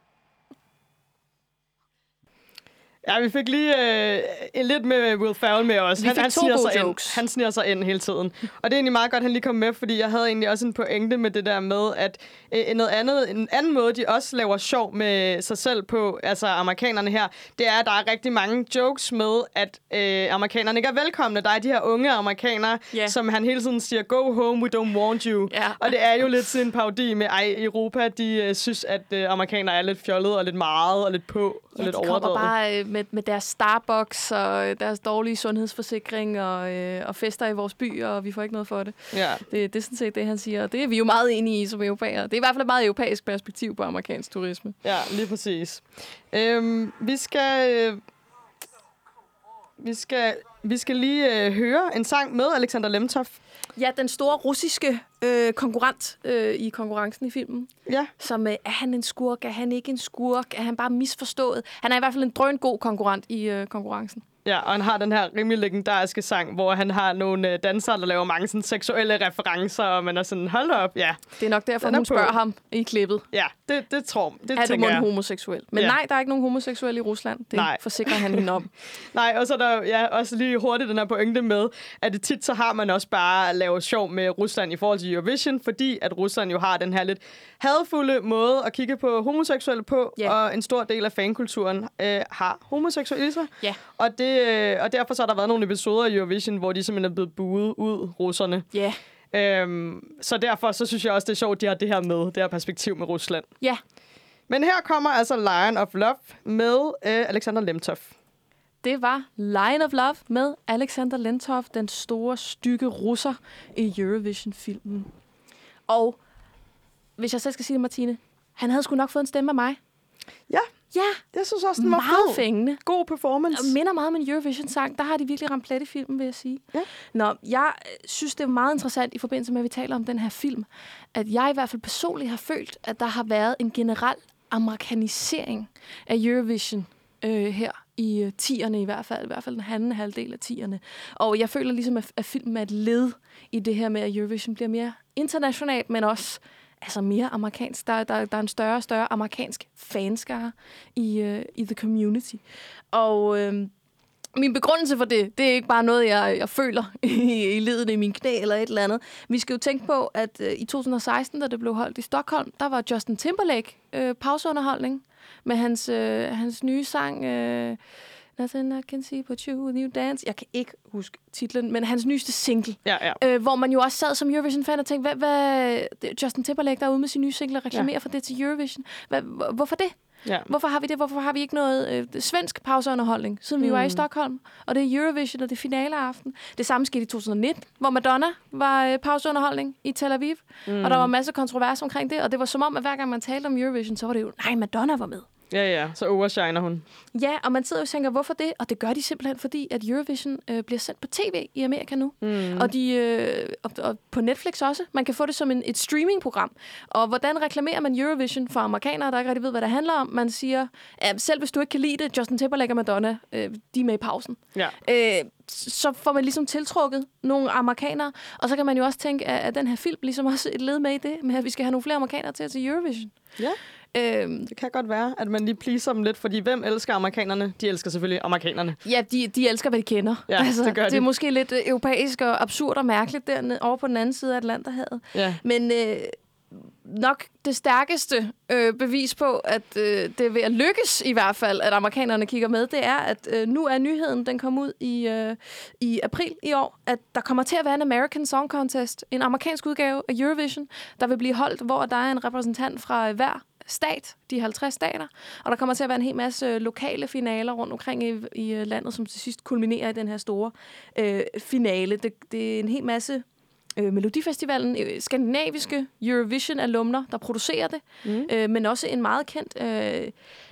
Ja, vi fik lige øh, lidt med Will Ferrell med os. Vi Han, fik han, to sniger gode sig jokes. ind. han sniger sig ind hele tiden. Og det er egentlig meget godt, at han lige kom med, fordi jeg havde egentlig også en pointe med det der med, at øh, noget andet, en anden måde, de også laver sjov med sig selv på, altså amerikanerne her, det er, at der er rigtig mange jokes med, at øh, amerikanerne ikke er velkomne. Der er de her unge amerikanere, Yeah. som han hele tiden siger, go home, we don't want you. Ja. Og det er jo lidt sådan en parodi med, ej, Europa, de øh, synes, at øh, amerikanere er lidt fjollede og lidt meget og lidt på og Ja, lidt de kommer overdrevet. bare øh, med, med deres Starbucks og øh, deres dårlige sundhedsforsikring og, øh, og fester i vores by, og vi får ikke noget for det. Ja. det. Det er sådan set det, han siger, og det er vi jo meget enige i som europæere. Det er i hvert fald et meget europæisk perspektiv på amerikansk turisme. Ja, lige præcis. Øhm, vi skal... Øh, vi skal... Vi skal lige øh, høre en sang med Alexander Lemtov. Ja, den store russiske øh, konkurrent øh, i konkurrencen i filmen. Ja. Som, øh, er han en skurk? Er han ikke en skurk? Er han bare misforstået? Han er i hvert fald en drøngod konkurrent i øh, konkurrencen. Ja, og han har den her rimelig legendariske sang, hvor han har nogle øh, dansere, der laver mange sådan, seksuelle referencer, og man er sådan, hold op, ja. Det er nok derfor, Den er hun spørger på. ham i klippet. Ja, det, det tror det Er du tænker mon jeg. homoseksuel? Men Ja. nej, der er ikke nogen homoseksuelle i Rusland. Det Nej. forsikrer han hende om. Nej, og så er der ja, også lige hurtigt den her pointe med, at det tit så har man også bare lavet sjov med Rusland i forhold til Eurovision, fordi at Rusland jo har den her lidt hadfulde måde at kigge på homoseksuelle på, Ja. og en stor del af fankulturen øh, har homoseksuelle i sig. Ja. Og, det, øh, og derfor så har der været nogle episoder i Eurovision, hvor de simpelthen er blevet buet ud, russerne. Ja. Øhm, så derfor så synes jeg også, det er sjovt, at de har det her med, det her perspektiv med Rusland. Ja. Men her kommer altså Lion of Love med øh, Alexander Lemtov. Det var Lion of Love med Alexander Lemtov, den store, stygge russer i Eurovision-filmen. Og hvis jeg selv skal sige det, Martine, han havde sgu nok fået en stemme af mig. Ja, Ja, jeg synes også, den var meget fed. fængende. God performance. Og minder meget om en Eurovision-sang. Der har de virkelig ramt plet i filmen, vil jeg sige. Ja. Nå, jeg øh, synes, det er meget interessant i forbindelse med, at vi taler om den her film, at jeg i hvert fald personligt har følt, at der har været en generel amerikanisering af Eurovision øh, her i øh, tierne i hvert fald, i hvert fald den anden halvdel af tierne. Og jeg føler ligesom, at, at filmen er et led i det her med, at Eurovision bliver mere internationalt, men også altså mere amerikansk. Der, der, der er en større og større amerikansk fanskare i, øh, i the community. Og øh, min begrundelse for det, det er ikke bare noget, jeg, jeg føler i, i ledet i min knæ eller et eller andet. Vi skal jo tænke på, at øh, i to tusind og seksten, da det blev holdt i Stockholm, der var Justin Timberlake øh, pauseunderholdning med hans, øh, hans nye sang... Øh, Nothing I can see but you when you dance. Jeg kan ikke huske titlen, men hans nyeste single. Ja, ja. Øh, hvor man jo også sad som Eurovision-fan og tænkte, hvad, hvad Justin Timberlake, der er ude med sin nye single og reklamerer ja. for det til Eurovision. Hvad, hvorfor det? Ja. Hvorfor har vi det? Hvorfor har vi ikke noget øh, svensk pauseunderholdning, siden mm. vi var i Stockholm? Og det er Eurovision, og det er finaleaften. Det samme skete i to tusind og nitten, hvor Madonna var øh, pauseunderholdning i Tel Aviv. Mm. Og der var masser af kontrovers omkring det, og det var som om, at hver gang man talte om Eurovision, så var det jo, nej, Madonna var med. Ja, ja, så overshiner hun. Ja, og man sidder og tænker, hvorfor det? Og det gør de simpelthen, fordi at Eurovision øh, bliver sendt på tv i Amerika nu. Mm. Og, de, øh, og, og på Netflix også. Man kan få det som en, et streamingprogram. Og hvordan reklamerer man Eurovision for amerikanere, der ikke rigtig ved, hvad det handler om? Man siger, at selv hvis du ikke kan lide det, Justin Timberlake og Madonna, øh, de er med i pausen. Ja. Øh, så får man ligesom tiltrukket nogle amerikanere. Og så kan man jo også tænke, at, at den her film ligesom også et led med i det, med at vi skal have nogle flere amerikanere til at se Eurovision. Ja. Øhm, Det kan godt være, at man lige pleaser dem lidt, fordi hvem elsker amerikanerne? De elsker selvfølgelig amerikanerne. Ja, de, de elsker, hvad de kender. Ja, altså, det gør de. Det er måske lidt øh, europæisk og absurd og mærkeligt dernede over på den anden side af Atlanterhavet. Ja. Men øh, nok det stærkeste øh, bevis på, at øh, det er ved at lykkes i hvert fald, at amerikanerne kigger med, det er, at øh, nu er nyheden, den kom ud i, øh, i april i år, at der kommer til at være en American Song Contest, en amerikansk udgave af Eurovision, der vil blive holdt, hvor der er en repræsentant fra hver stat, de halvtreds stater, og der kommer til at være en hel masse lokale finaler rundt omkring i, i landet, som til sidst kulminerer i den her store øh, finale. Det, det er en hel masse øh, Melodifestivalen, øh, skandinaviske Eurovision-alumner, der producerer det, mm. øh, men også en meget kendt øh,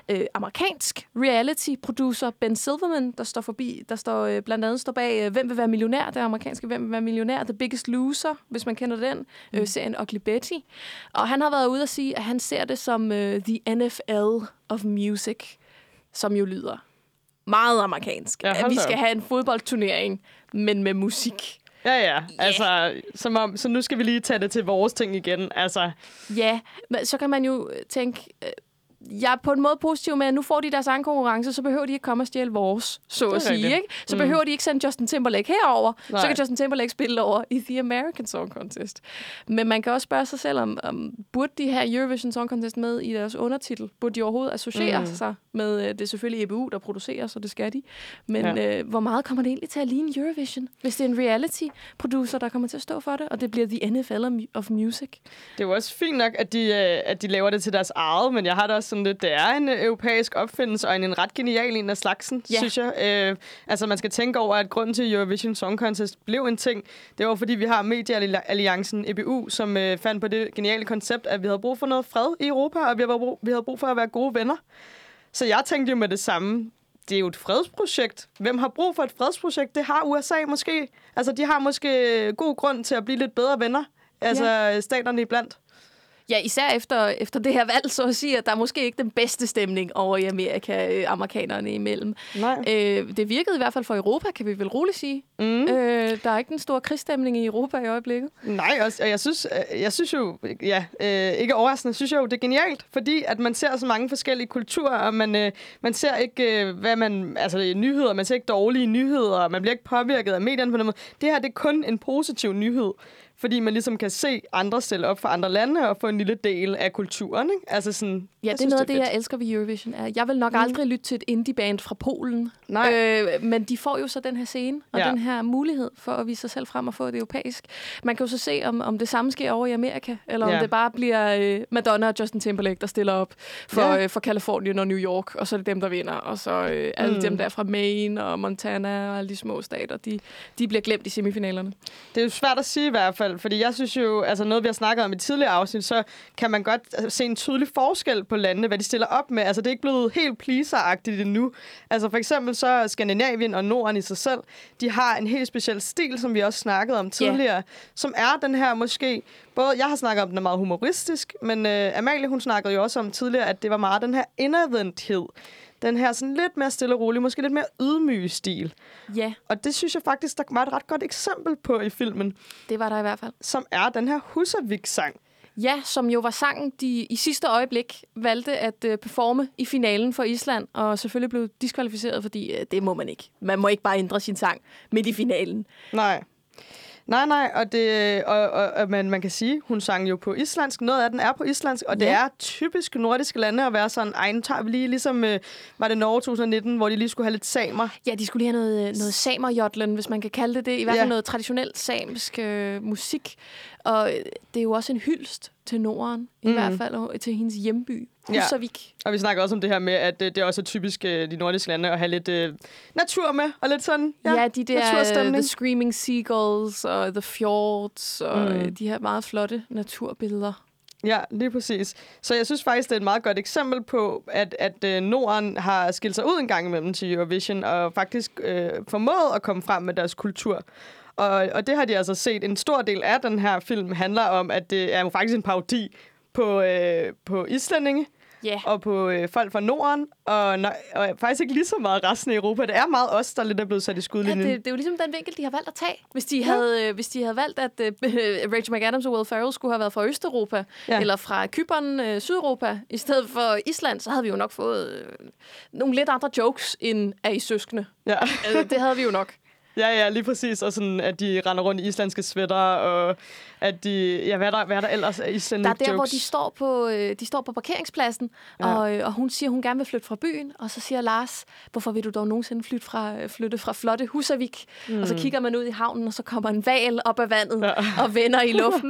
øh, amerikansk reality-producer Ben Silverman, der står forbi, der står øh, blandt andet står bag øh, Hvem vil være millionær? Det amerikanske Hvem vil være millionær? The Biggest Loser, hvis man kender den. Mm. Øh, serien Ugly Betty. Og han har været ude at sige, at han ser det som øh, the N F L of music, som jo lyder meget amerikansk. Ja, at vi skal have en fodboldturnering, men med musik. Ja, ja. Altså, som om, så nu skal vi lige tage det til vores ting igen. Altså. Ja, men så kan man jo tænke... Øh, jeg er på en måde positiv med, at nu får de deres egen konkurrence, så behøver de ikke komme og stjæle vores, så at sige. Ikke? Så mm. behøver de ikke sende Justin Timberlake herover. Nej. Så kan Justin Timberlake spille over i The American Song Contest. Men man kan også spørge sig selv, om, om burde de have Eurovision Song Contest med i deres undertitel? Burde de overhovedet associere mm. sig med, det er selvfølgelig E B U, der producerer, så det skal de. Men ja. øh, hvor meget kommer det egentlig til at ligne Eurovision, hvis det er en reality-producer, der kommer til at stå for det, og det bliver The N F L of Music? Det er jo også fint nok, at de, at de laver det til deres eget, men jeg har da også sådan lidt, det er en europæisk opfindelse, og en, en ret genial en af slagsen, ja. synes jeg. Øh, altså, man skal tænke over, at grunden til Eurovision Song Contest blev en ting, det var, fordi vi har Mediealliancen E B U, som øh, fandt på det geniale koncept, at vi havde brug for noget fred i Europa, og vi havde brug, vi havde brug for at være gode venner. Så jeg tænkte jo med det samme, det er jo et fredsprojekt. Hvem har brug for et fredsprojekt? Det har U S A måske. Altså, de har måske god grund til at blive lidt bedre venner. Altså, ja. staterne iblandt. Ja, især efter, efter det her valg, så at sige, at der er måske ikke den bedste stemning over i Amerika, øh, amerikanerne imellem. Nej. Øh, det virkede i hvert fald for Europa, kan vi vel roligt sige. Mm. Øh, der er ikke den store krigsstemning i Europa i øjeblikket. Nej, også, og jeg synes, jeg synes jo, ja, øh, ikke overraskende, synes jeg jo, det er genialt, fordi at man ser så mange forskellige kulturer, og man, øh, man ser ikke, øh, hvad man, altså nyheder, man ser ikke dårlige nyheder, og man bliver ikke påvirket af medierne på den måde. Det her, det er kun en positiv nyhed. Fordi man ligesom kan se andre stille op for andre lande og få en lille del af kulturen, ikke? Altså sådan, ja, det er noget af det, jeg elsker ved Eurovision. Jeg vil nok mm. aldrig lytte til et indie-band fra Polen. Nej. Øh, men de får jo så den her scene og ja. den her mulighed for at vise sig selv frem og få det europæisk. Man kan jo så se, om, om det samme sker over i Amerika, eller ja. om det bare bliver øh, Madonna og Justin Timberlake, der stiller op for, ja. øh, for Californien og New York, og så er det dem, der vinder. Og så øh, alle mm. dem der fra Maine og Montana og alle de små stater, de, de bliver glemt i semifinalerne. Det er jo svært at sige i hvert fald. Fordi jeg synes jo, altså noget vi har snakket om i tidligere afsnit, så kan man godt se en tydelig forskel på landene, hvad de stiller op med. Altså det er ikke blevet helt pleaser-agtigt endnu. Altså for eksempel så Skandinavien og Norden i sig selv, de har en helt speciel stil, som vi også snakkede om tidligere, yeah. som er den her måske, både jeg har snakket om, den er meget humoristisk, men øh, Amalie hun snakkede jo også om tidligere, at det var meget den her indadvendthed. Den her sådan lidt mere stille og rolig, måske lidt mere ydmyge stil. Ja. Yeah. Og det synes jeg faktisk, der var et ret godt eksempel på i filmen. Det var der i hvert fald. Som er den her Húsavík-sang. Ja, som jo var sangen, de i sidste øjeblik valgte at uh, performe i finalen for Island, og selvfølgelig blev diskvalificeret, fordi uh, det må man ikke. Man må ikke bare ændre sin sang midt i finalen. Nej. Nej, nej, og, det, og, og, og man, man kan sige, hun sang jo på islandsk. Noget af den er på islandsk, og det ja. er typisk nordiske lande at være sådan, ej, nu tager vi lige, ligesom øh, var det Norge to tusind nitten, hvor de lige skulle have lidt samer. Ja, de skulle lige have noget, noget samerjodlen, hvis man kan kalde det det. I hvert fald ja. noget traditionelt samisk øh, musik. Og det er jo også en hyldest til Norden, i mm. hvert fald, og til hendes hjemby, Húsavík. Ja. Og vi snakker også om det her med, at det, det er også typisk øh, de nordiske lande at have lidt øh, natur med, og lidt sådan, ja, ja de der uh, The Screaming Seagulls, og The Fjords, og mm. de her meget flotte naturbilleder. Ja, lige præcis. Så jeg synes faktisk, det er et meget godt eksempel på, at, at øh, Norden har skilt sig ud en gang imellem til Eurovision, og faktisk øh, formået at komme frem med deres kultur. Og, og det har de altså set. En stor del af den her film handler om, at det er jo faktisk en parodi på, øh, på islændinge yeah. og på øh, folk fra Norden, og, nø- og faktisk ikke lige så meget resten af Europa. Det er meget os, der lidt er blevet sat i skudlinjen. Ja, det, det er jo ligesom den vinkel, de har valgt at tage. Hvis de, ja. havde, hvis de havde valgt, at uh, Rachel McAdams og Will Ferrell skulle have været fra Østeuropa, ja. eller fra Cypern, uh, Sydeuropa, i stedet for Island, så havde vi jo nok fået uh, nogle lidt andre jokes, end er I søskende. Ja. uh, det havde vi jo nok. Ja, ja, lige præcis. Og sådan, at de render rundt i islandske sweater, og at de... Ja, hvad er der, hvad er der ellers af islandske jokes? Der er der, jokes? Hvor de står på, øh, de står på parkeringspladsen, ja. og, øh, og hun siger, hun gerne vil flytte fra byen, og så siger Lars, hvorfor vil du dog nogensinde flytte fra, flytte fra flotte Húsavík? Mm. Og så kigger man ud i havnen, og så kommer en hval op af vandet, ja. og vender i luften,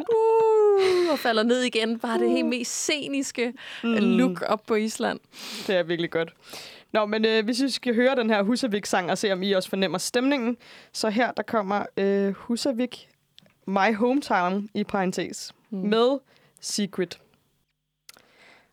uh, og falder ned igen. Bare det helt mest sceniske mm. look op på Island. Det er virkelig godt. Nå, men øh, hvis I skal høre den her Húsavík-sang og se, om I også fornemmer stemningen, så her, der kommer øh, Húsavík, My Hometown, i parentes, mm. med Secret.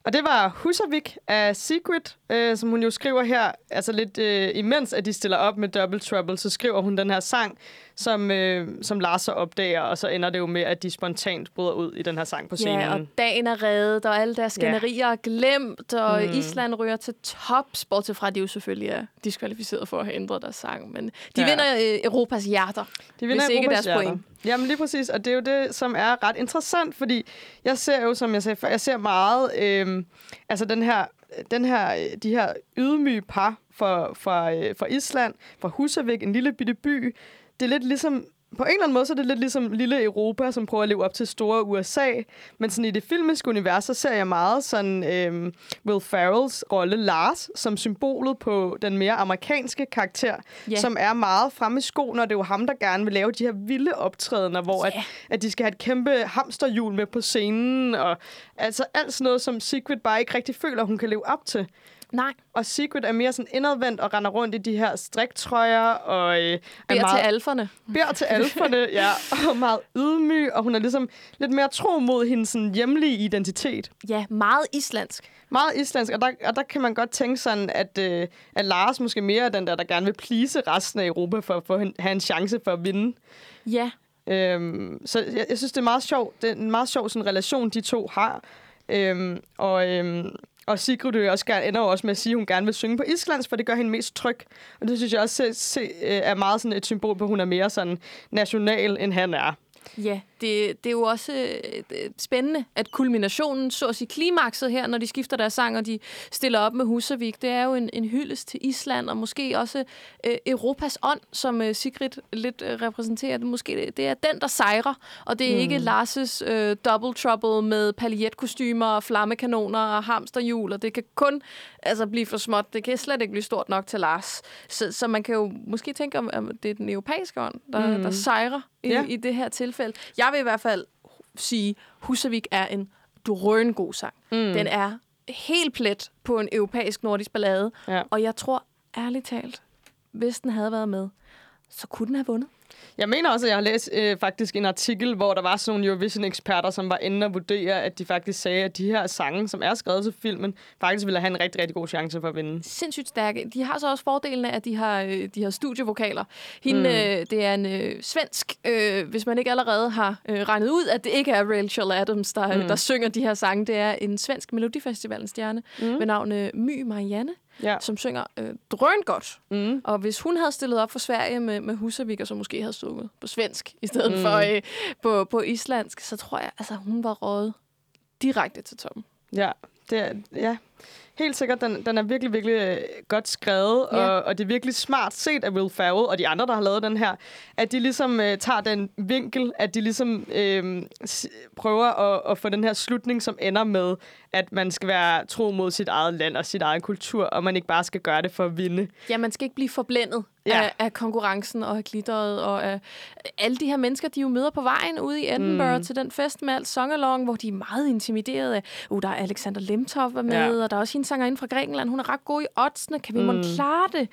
Og det var Husavik af Secret, øh, som hun jo skriver her, altså lidt øh, imens, at de stiller op med Double Trouble, så skriver hun den her sang, som, øh, som Lars så opdager, og så ender det jo med, at de spontant bryder ud i den her sang på scenen. Ja, og dagen er reddet, og alle deres skænderier er glemt, og mm. Island ryger til tops, bortset fra, at de jo selvfølgelig er diskvalificeret for at have ændret deres sang, men de ja. vinder øh, Europas hjerter, de vinder hvis ikke Europas deres hjerter. point. Jamen lige præcis, og det er jo det, som er ret interessant, fordi jeg ser jo, som jeg sagde før, jeg ser meget, øh, altså den her, den her, de her ydmyge par fra, fra, øh, fra Island, fra Husavik, en lille bitte by. Det er lidt ligesom, på en eller anden måde, så er det lidt ligesom lille Europa, som prøver at leve op til store U S A. Men sådan i det filmiske univers, så ser jeg meget sådan øh, Will Ferrells rolle Lars, som symbolet på den mere amerikanske karakter, yeah. som er meget fremme i skoen, og det er jo ham, der gerne vil lave de her vilde optrædener, hvor yeah. at, at de skal have et kæmpe hamsterhjul med på scenen, og altså alt sådan noget, som Secret bare ikke rigtig føler, hun kan leve op til. Nej. Og Secret er mere sådan indadvendt og render rundt i de her striktrøjer. Og øh, beder meget, til alferne. Beder til alferne, ja. Og meget ydmyg, og hun er ligesom lidt mere tro mod hendes sådan, hjemlige identitet. Ja, meget islandsk. Meget islandsk, og der, og der kan man godt tænke sådan, at, øh, at Lars måske mere er den der, der gerne vil please resten af Europa for at få, have en chance for at vinde. Ja. Øhm, så jeg, jeg synes, det er meget sjovt. Det er en meget sjov sådan, relation, de to har. Øhm, og... Øhm, Og Sigrid jo også gerne, ender jo også med at sige, at hun gerne vil synge på islandsk, for det gør hende mest tryg. Og det synes jeg også se, se, er meget sådan et symbol på, at hun er mere sådan national, end han er. Ja, det, det er jo også øh, spændende, at kulminationen, så at sige klimakset her, når de skifter deres sang, og de stiller op med Husavik, det er jo en, en hyldest til Island, og måske også øh, Europas ånd, som øh, Sigrid lidt øh, repræsenterer. Det, måske, det er den, der sejrer, og det er mm. ikke Lars' øh, double trouble med paljetkostymer og flammekanoner og hamsterhjul, og det kan kun altså, blive for småt. Det kan slet ikke blive stort nok til Lars. Så, så man kan jo måske tænke, om det er den europæiske ånd, der, mm. der sejrer i, ja. i det her tilfælde. Jeg vil i hvert fald sige, Husavik er en drøngod sang. Mm. Den er helt plet på en europæisk nordisk ballade, ja. Og jeg tror ærligt talt, hvis den havde været med, så kunne den have vundet. Jeg mener også, at jeg har læst øh, faktisk en artikel, hvor der var sådan nogle Eurovision-eksperter, som var inde og vurdere, at de faktisk sagde, at de her sange, som er skrevet til filmen, faktisk ville have en rigtig, rigtig god chance for at vinde. Sindssygt stærke. De har så også fordelene, at de har, de har studievokaler. Hende, mm. øh, det er en øh, svensk, øh, hvis man ikke allerede har øh, regnet ud, at det ikke er Rachel Adams, der, mm. der synger de her sange. Det er en svensk Melodifestivalens stjerne mm. ved navn øh, My Marianne. Ja. Som synger øh, drøn godt. Mm. Og hvis hun havde stillet op for Sverige med, med Husavik, og så måske havde sunget på svensk, i stedet mm. for øh, på, på islandsk, så tror jeg, altså hun var røget direkte til toppen. Ja, det er, ja. Helt sikkert, den, den er virkelig, virkelig godt skrevet, ja. og, og det er virkelig smart set af Will Ferrell og de andre, der har lavet den her, at de ligesom øh, tager den vinkel, at de ligesom øh, prøver at, at få den her slutning, som ender med, at man skal være tro mod sit eget land og sit eget kultur, og man ikke bare skal gøre det for at vinde. Ja, man skal ikke blive forblændet ja. af, af konkurrencen og af glitteret, og af alle de her mennesker, de jo møder på vejen ude i Edinburgh mm. til den fest med alt song-along, hvor de er meget intimiderede af, uh, der er Alexander Lemtov med, ja. og der er også en sanger inden fra Grækenland, hun er ret god i oddsene, kan vi mm. måtte klare det?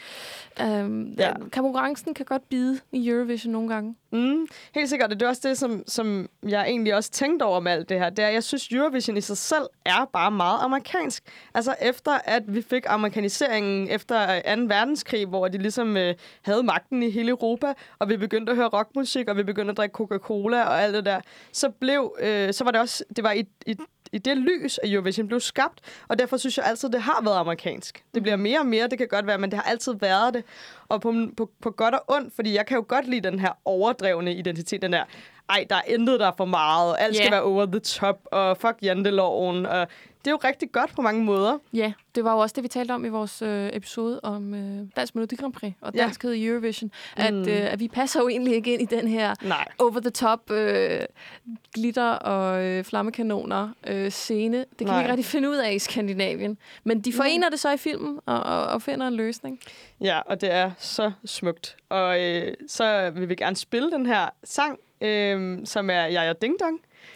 Um, ja. Konkurrencen kan godt bide i Eurovision nogle gange. Mm, helt sikkert, og det er også det, som, som jeg egentlig også tænkte over med alt det her, det er, jeg synes, Eurovision i sig selv er bare meget amerikansk. Altså efter, at vi fik amerikaniseringen efter anden verdenskrig, hvor de ligesom øh, havde magten i hele Europa, og vi begyndte at høre rockmusik, og vi begyndte at drikke Coca-Cola og alt det der, så blev, øh, så var det også, det var i, i i det lys, at Eurovision blev skabt, og derfor synes jeg altid, det har været amerikansk. Det bliver mere og mere, det kan godt være, men det har altid været det. Og på, på, på godt og ondt, fordi jeg kan jo godt lide den her overdrevne identitet, den der, ej, der er intet, der er for meget, alt skal yeah. være over the top, og fuck janteloven, og det er jo rigtig godt på mange måder. Ja, det var jo også det, vi talte om i vores øh, episode om øh, Dansk Melodi Grand Prix og danskhed i Eurovision, at, mm. øh, at vi passer jo egentlig ikke ind i den her Nej. over-the-top øh, glitter og øh, flammekanoner øh, scene. Det kan Nej. vi ikke rigtig finde ud af i Skandinavien. Men de forener mm. det så i filmen og, og, og finder en løsning. Ja, og det er så smukt. Og øh, så vil vi gerne spille den her sang, øh, som er Jaja Ding Dong,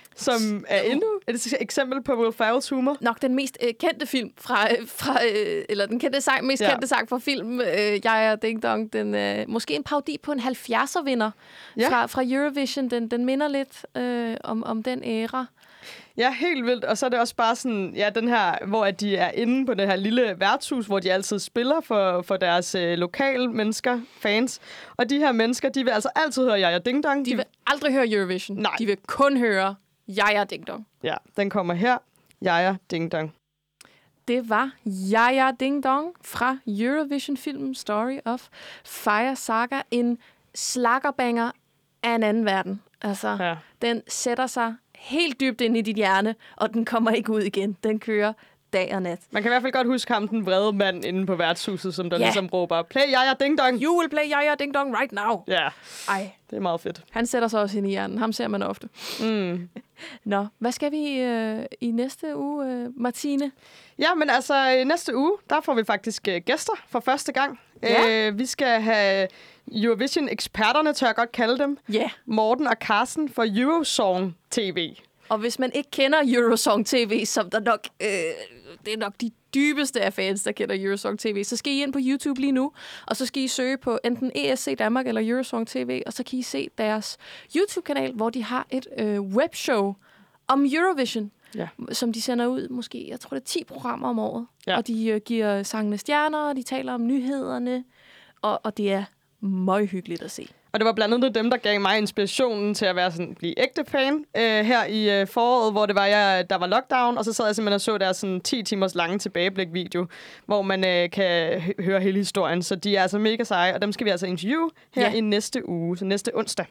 som er endnu et eksempel på Will Ferrells humor. Nok den mest øh, kendte film fra, øh, fra øh, eller den kendte sang, mest ja. kendte sang fra film, øh, Jaja Ding Dong. Den øh, måske en parodi på en halvfjerdser-vinder ja. fra, fra Eurovision. Den, den minder lidt øh, om, om den æra. Ja, helt vildt. Og så er det også bare sådan, ja, den her, hvor at de er inde på det her lille værtshus, hvor de altid spiller for, for deres øh, lokale mennesker, fans. Og de her mennesker, de vil altså altid høre Jaja Ding Dong. De vil aldrig høre Eurovision. Nej. De vil kun høre Jaja Ding Dong. Ja, den kommer her. Jaja Ding Dong. Det var Jaja Ding Dong fra Eurovision-filmen Story of Fire Saga. En slakkerbanger af en anden verden. Altså, Ja. den sætter sig helt dybt ind i dit hjerne, og den kommer ikke ud igen. Den kører dag og nat. Man kan i hvert fald godt huske ham, den vrede mand inde på værtshuset, som der Ja. ligesom råber, play Jaja Ding Dong. You will play Jaja Ding Dong right now. Ja, Ej, det er meget fedt. han sætter sig også ind i hjernen. Ham ser man ofte. Mm. Nå, hvad skal vi øh, i næste uge, øh, Martine? Ja, men altså i næste uge, der får vi faktisk øh, gæster for første gang. Ja. Øh, vi skal have Eurovision-eksperterne, tør jeg godt kalde dem. Ja, yeah. Morten og Carsten fra Eurosong T V. Og hvis man ikke kender Eurosong T V, som der nok, øh, det er nok de dybeste af fans, der kender Eurosong T V, så skal I ind på YouTube lige nu, og så skal I søge på enten E S C Danmark eller Eurosong T V, og så kan I se deres YouTube-kanal, hvor de har et øh, webshow om Eurovision, Ja. som de sender ud, måske, jeg tror det er ti programmer om året. Ja. Og de øh, giver sangene stjerner, og de taler om nyhederne, og, og det er meget hyggeligt at se. Og det var blandt andet dem, der gav mig inspirationen til at være sådan, blive ægte fan øh, her i øh, foråret, hvor det var, jeg, der var lockdown, og så sad jeg simpelthen og så deres sådan, ti timers lange tilbageblik-video, hvor man øh, kan h- høre hele historien. Så de er altså mega seje, og dem skal vi altså interviewe her Ja. i næste uge, så næste onsdag.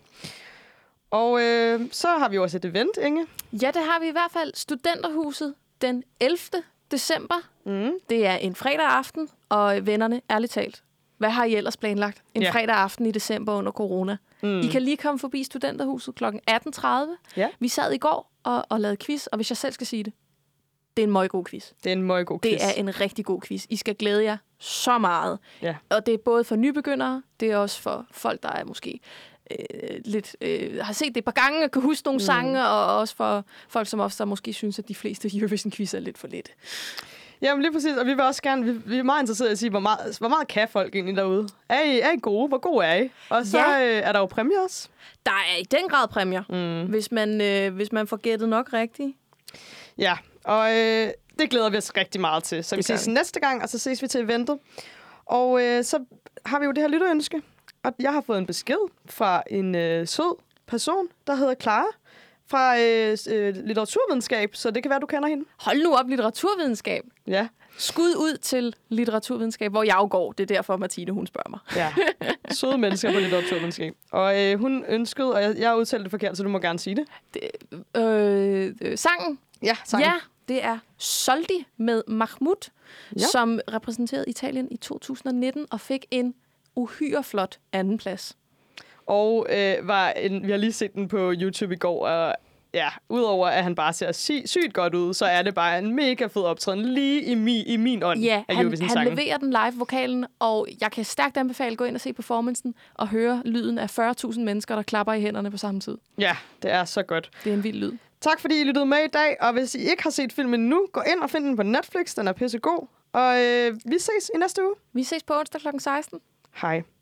Og øh, så har vi jo også et event, Inge. Ja, det har vi i hvert fald. Studenterhuset den ellevte december. Mm. Det er en fredag aften, og vennerne, ærligt talt, hvad har I ellers planlagt? En Ja. fredag aften i december under corona. Mm. I kan lige komme forbi Studenterhuset klokken atten tredive. Ja. Vi sad i går og, og lavede quiz, og hvis jeg selv skal sige det, det er en meget god quiz. Det er en meget god quiz. Det er en rigtig god quiz. I skal glæde jer så meget. Ja. Og det er både for nybegyndere, det er også for folk, der er måske øh, lidt øh, har set det et par gange og kan huske nogle mm. sange, og også for folk, som også der måske synes, at de fleste Eurovision-quiz er lidt for lidt. Jamen lige præcis, og vi vil også gerne, vi, vi er meget interesserede i at sige, hvor meget, hvor meget kan folk egentlig derude? Er I, er I gode? Hvor gode er I? Og så Ja. øh, er der jo præmier også. Der er i den grad præmier, Mm. hvis man, øh, hvis man får gættet nok rigtigt. Ja, og øh, det glæder vi os rigtig meget til. Så Det vi gør ses vi. næste gang, og så ses vi til eventet. Og øh, så har vi jo det her lytterønske. Og jeg har fået en besked fra en øh, sød person, der hedder Clara, fra øh, øh, litteraturvidenskab. Så det kan være, du kender hende. Hold nu op, litteraturvidenskab. Ja, Skud ud til litteraturvidenskab, hvor jeg jo går. Det er derfor, Martine, hun spørger mig. ja. Søde mennesker på litteraturvidenskab. Og øh, hun ønskede, og jeg, jeg har udtalt det forkert, så du må gerne sige det. det øh, øh, sangen, Ja, sangen. ja, det er Soldi med Mahmoud, Ja. ja. som repræsenterede Italien i to tusind nitten og fik en uhyre flot andenplads. Og øh, var en, vi har lige set den på YouTube i går, og ja, udover at han bare ser sy- sygt godt ud, så er det bare en mega fed optræden lige i, mi, i min ånd Ja, af han, Eurovision-sangen. han leverer den live-vokalen, og jeg kan stærkt anbefale at gå ind og se performancen og høre lyden af fyrre tusind mennesker, der klapper i hænderne på samme tid. Ja, det er så godt. Det er en vild lyd. Tak fordi I lyttede med i dag, og hvis I ikke har set filmen nu, gå ind og find den på Netflix, den er pissegod. Og øh, vi ses i næste uge. Vi ses på onsdag klokken seksten. Hej.